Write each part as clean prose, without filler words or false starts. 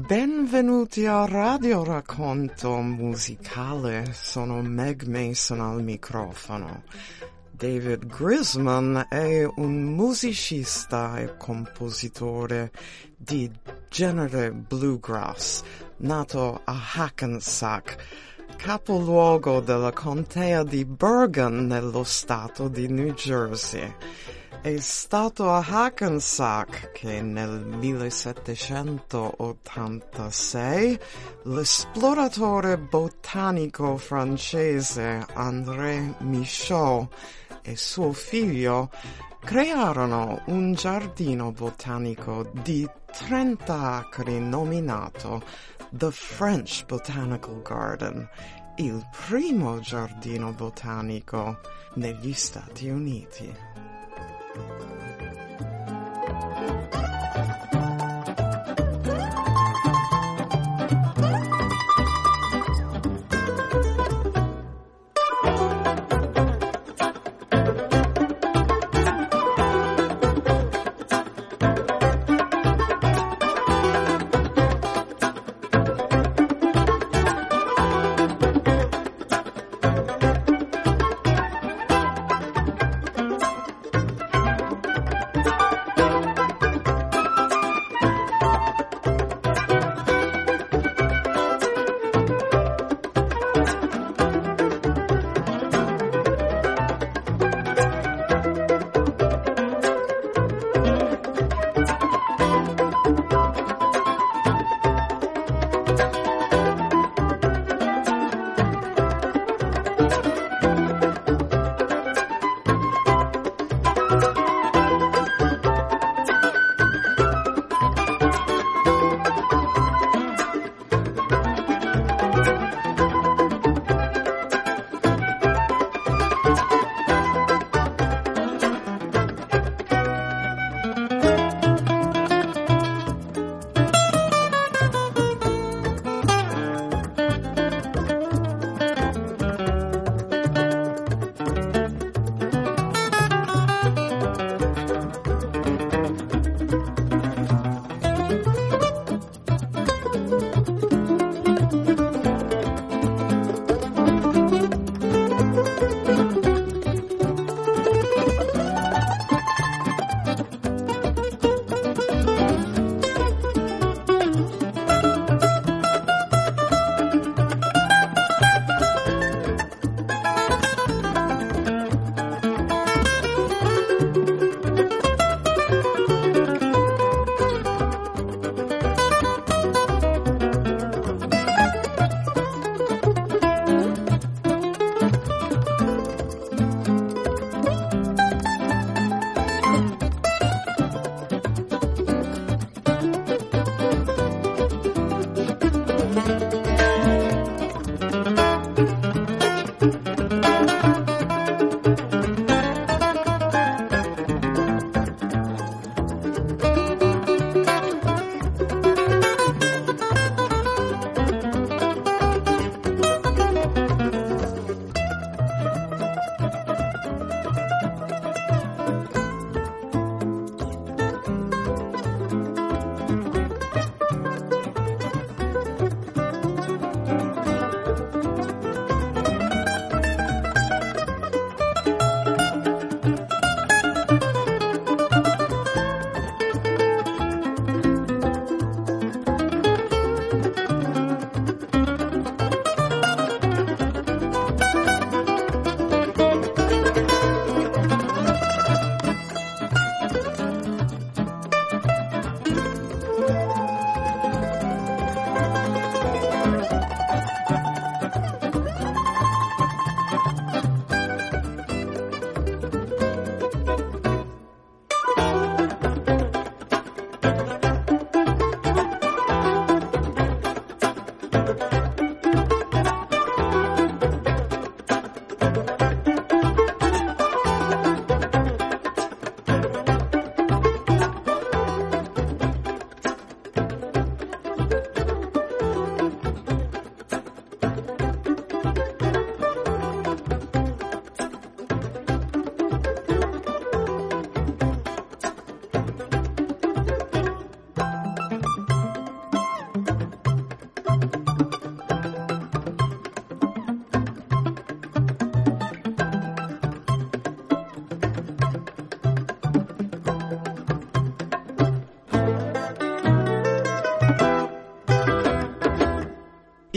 Benvenuti a Radio Racconto Musicale, sono Meg Mason al microfono. David Grisman è un musicista e compositore di genere bluegrass, nato a Hackensack, capoluogo della contea di Bergen nello stato di New Jersey. È stato a Hackensack che nel 1786 l'esploratore botanico francese André Michaux e suo figlio crearono un giardino botanico di 30 acri nominato The French Botanical Garden, il primo giardino botanico negli Stati Uniti.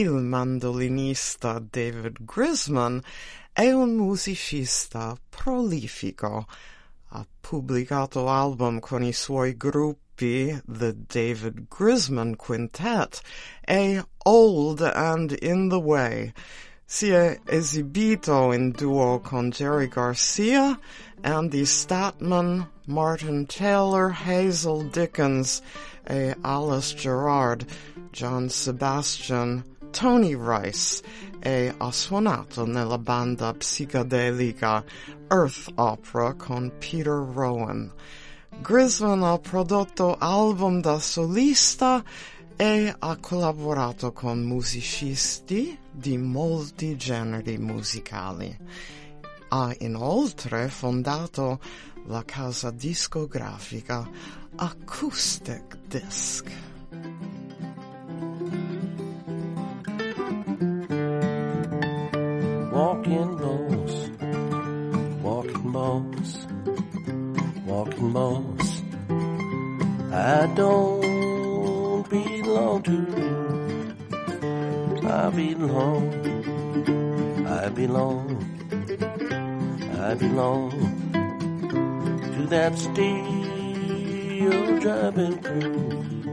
il mandolinista David Grisman è un musicista prolifico. Ha pubblicato album con i suoi gruppi The David Grisman Quintet e Old and in the Way. Si è esibito in duo con Jerry Garcia, Andy Statman, Martin Taylor, Hazel Dickens e Alice Gerrard, John Sebastian, Tony Rice e ha suonato nella banda psichedelica Earth Opera con Peter Rowan. Grisman ha prodotto album da solista e ha collaborato con musicisti di molti generi musicali. Ha inoltre fondato la casa discografica Acoustic Disc. Walking boss, walking boss, walking boss. I don't belong to you. I belong to that steel driving crew.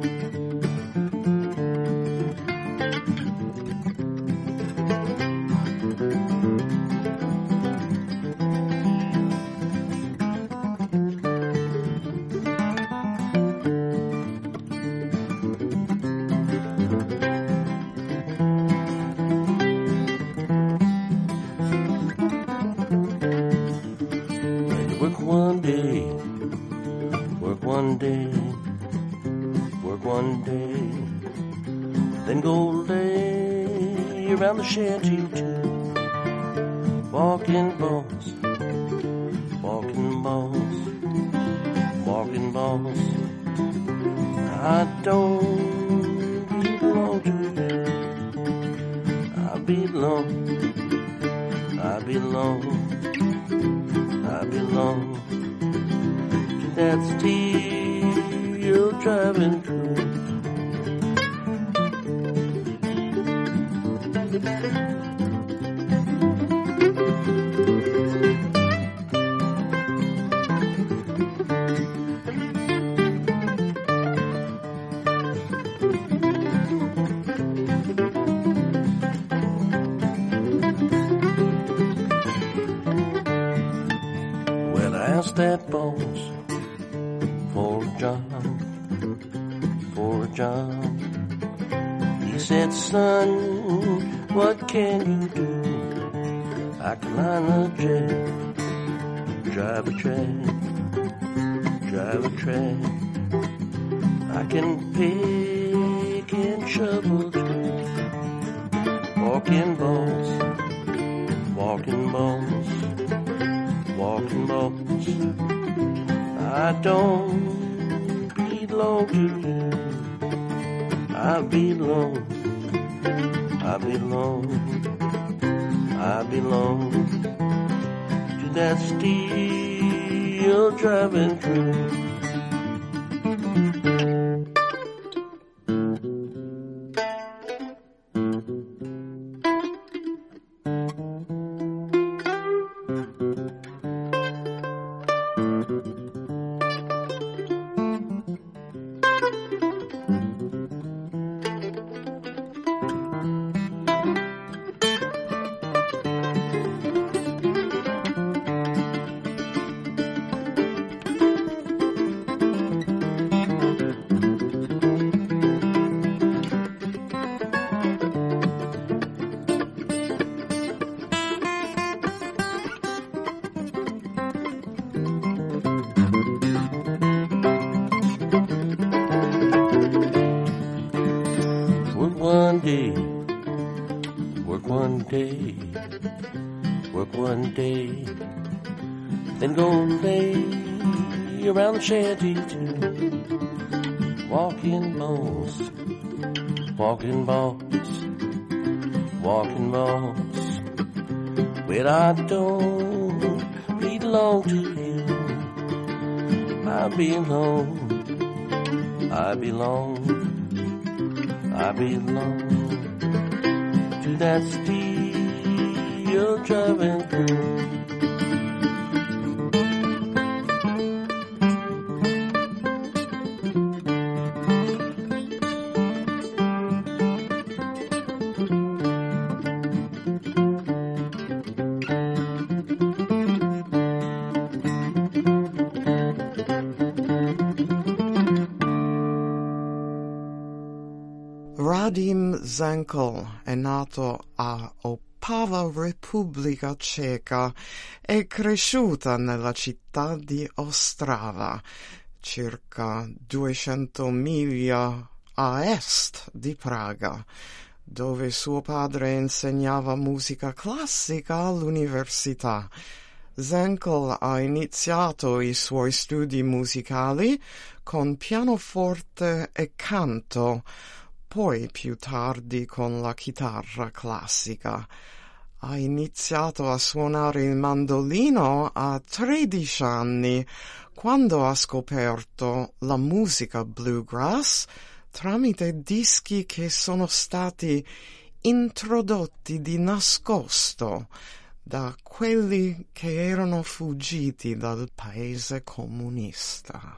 Work one day, then go lay around the shanty too. Walking boss, walking boss, walking boss. I don't belong to you. I belong to that steel driving crew. Well, I asked that boss for a job. He said, son, what can you do? I can line a jet, drive a track. I can pick and shovel too. Walking boss, walking boss, walking boss. I don't belong to you. I belong to that steel driving crew. Work one day, then go lay around the shanty too. Walking boss, walking boss, walking boss. Well, I don't belong to you. I belong that steel driving through. Radim Zenkel è nato a Opava, Repubblica Ceca, è cresciuta nella città di Ostrava, circa 200 miglia a est di Praga, dove suo padre insegnava musica classica all'università. Zenkel ha iniziato i suoi studi musicali con pianoforte e canto, poi più tardi con la chitarra classica. Ha iniziato a suonare il mandolino a 13 anni, quando ha scoperto la musica bluegrass tramite dischi che sono stati introdotti di nascosto da quelli che erano fuggiti dal paese comunista.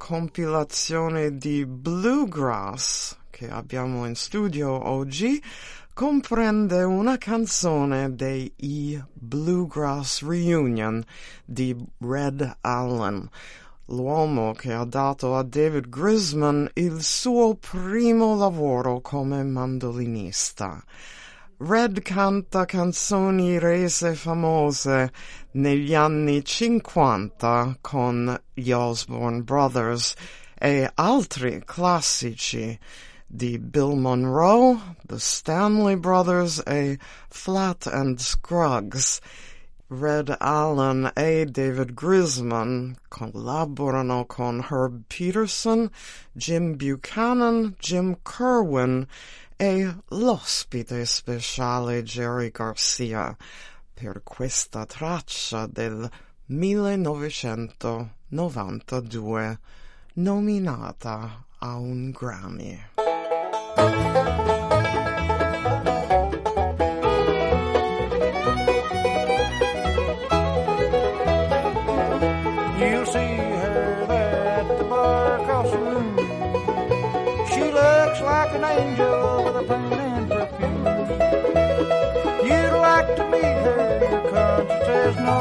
compilazione di bluegrass che abbiamo in studio oggi comprende una canzone dei Bluegrass Reunion di Red Allen, l'uomo che ha dato a David Grisman il suo primo lavoro come mandolinista. Red canta canzoni rese famose negli anni 50 con gli Osborne Brothers e altri classici di Bill Monroe, The Stanley Brothers e Flatt and Scruggs. Red Allen e David Grisman collaborano con Herb Peterson, Jim Buchanan, Jim Kerwin e l'ospite speciale Jerry Garcia per questa traccia del 1992 nominata a un Grammy. You'll see her there at the bar across the room. She looks like an angel with a pen and perfume. You'd like to meet her, your conscience says no.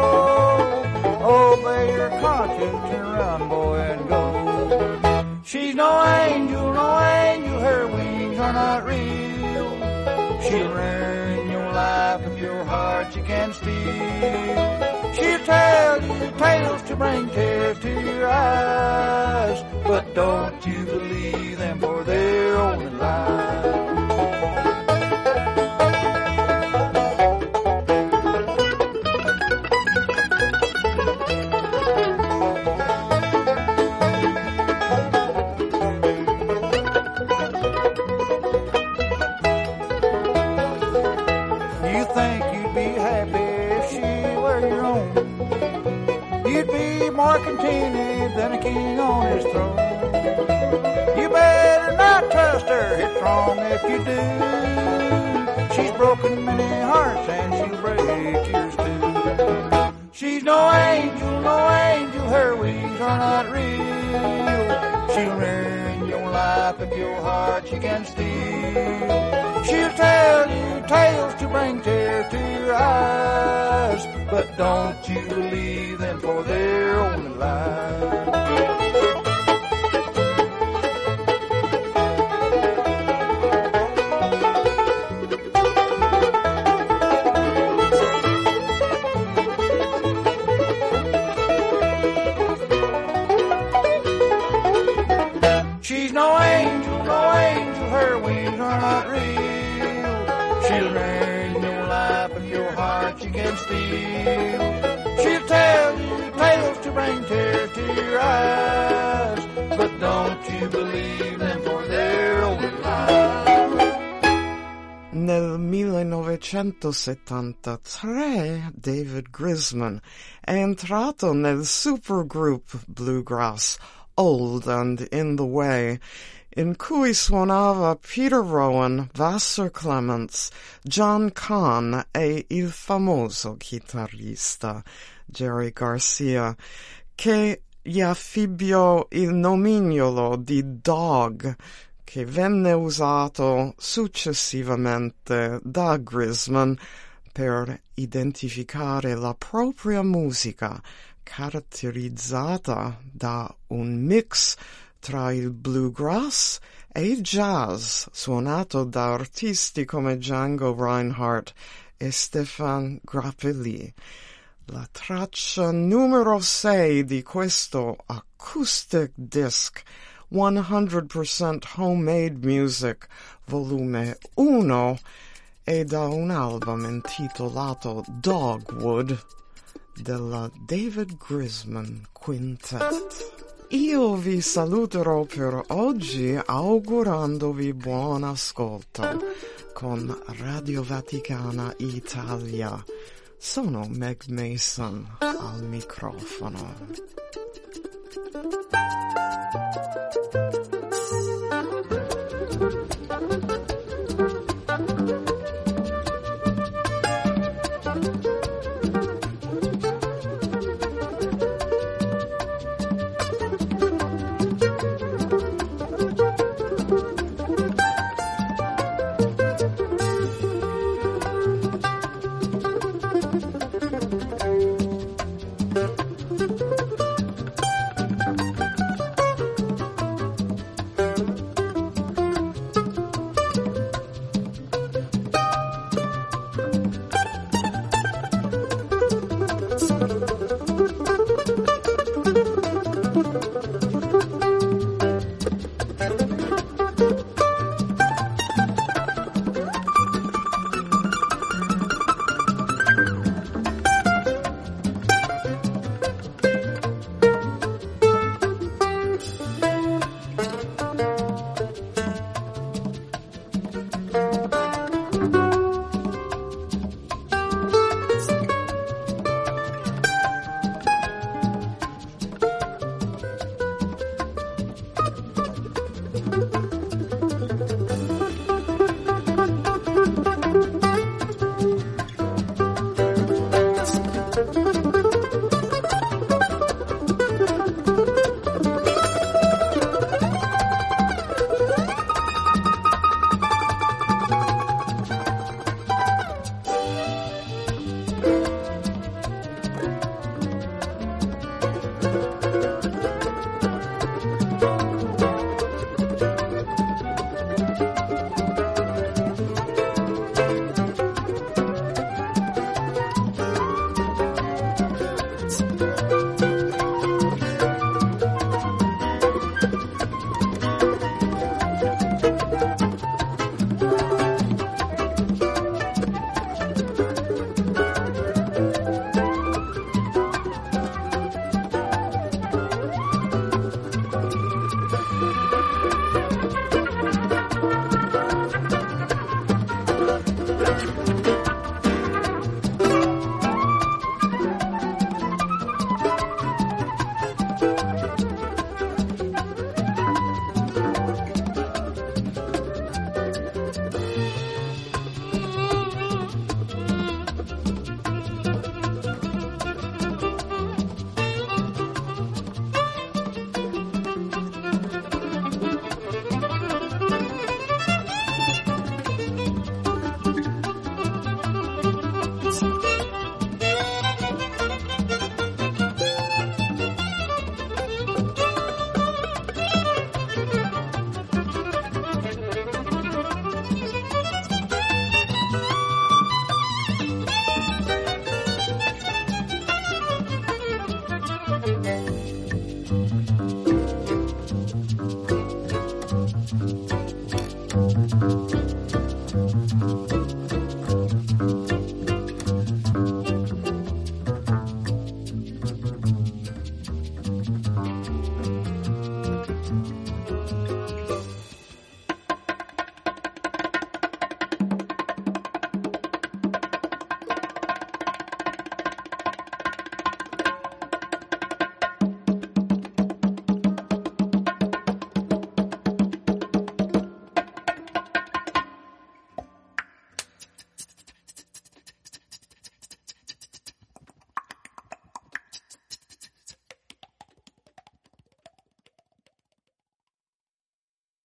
Obey your conscience, turn around, boy, and go. She's no angel, her wings are not real. She'll ruin your life if your heart you can steal. She'll tell you tales to bring tears to your eyes, but don't you believe them, for they're only lies. You think you'd be happy if she were your own. You'd be more contented than a king on his throne. You better not trust her, it's wrong if you do. She's broken many hearts and she'll break yours too. She's no angel, her wings are not real. She'll ruin your life if your heart she can steal. She'll tell you tales to bring tears to your eyes, but don't you believe them, for they're only lies. She's no angel, her wings are not real. She'll ruin your life if your heart you can steal. She'll tell you tales to bring tears to your eyes, but don't you believe them, for they're only lies. Nel 1973 David Grisman è entrato nel supergroup bluegrass Old and in the Way, in cui suonava Peter Rowan, Vassar Clements, John Kahn e il famoso chitarrista Jerry Garcia, che gli affibbiò il nomignolo di Dog, che venne usato successivamente da Grisman per identificare la propria musica, caratterizzata da un mix tra il bluegrass e il jazz, suonato da artisti come Django Reinhardt e Stéphane Grappelli. La traccia numero 6 di questo acoustic disc 100% Homemade Music, volume 1, è da un album intitolato Dogwood della David Grisman Quintet. Io vi saluterò per oggi augurandovi buon ascolto con Radio Vaticana Italia. Sono Meg Mason al microfono.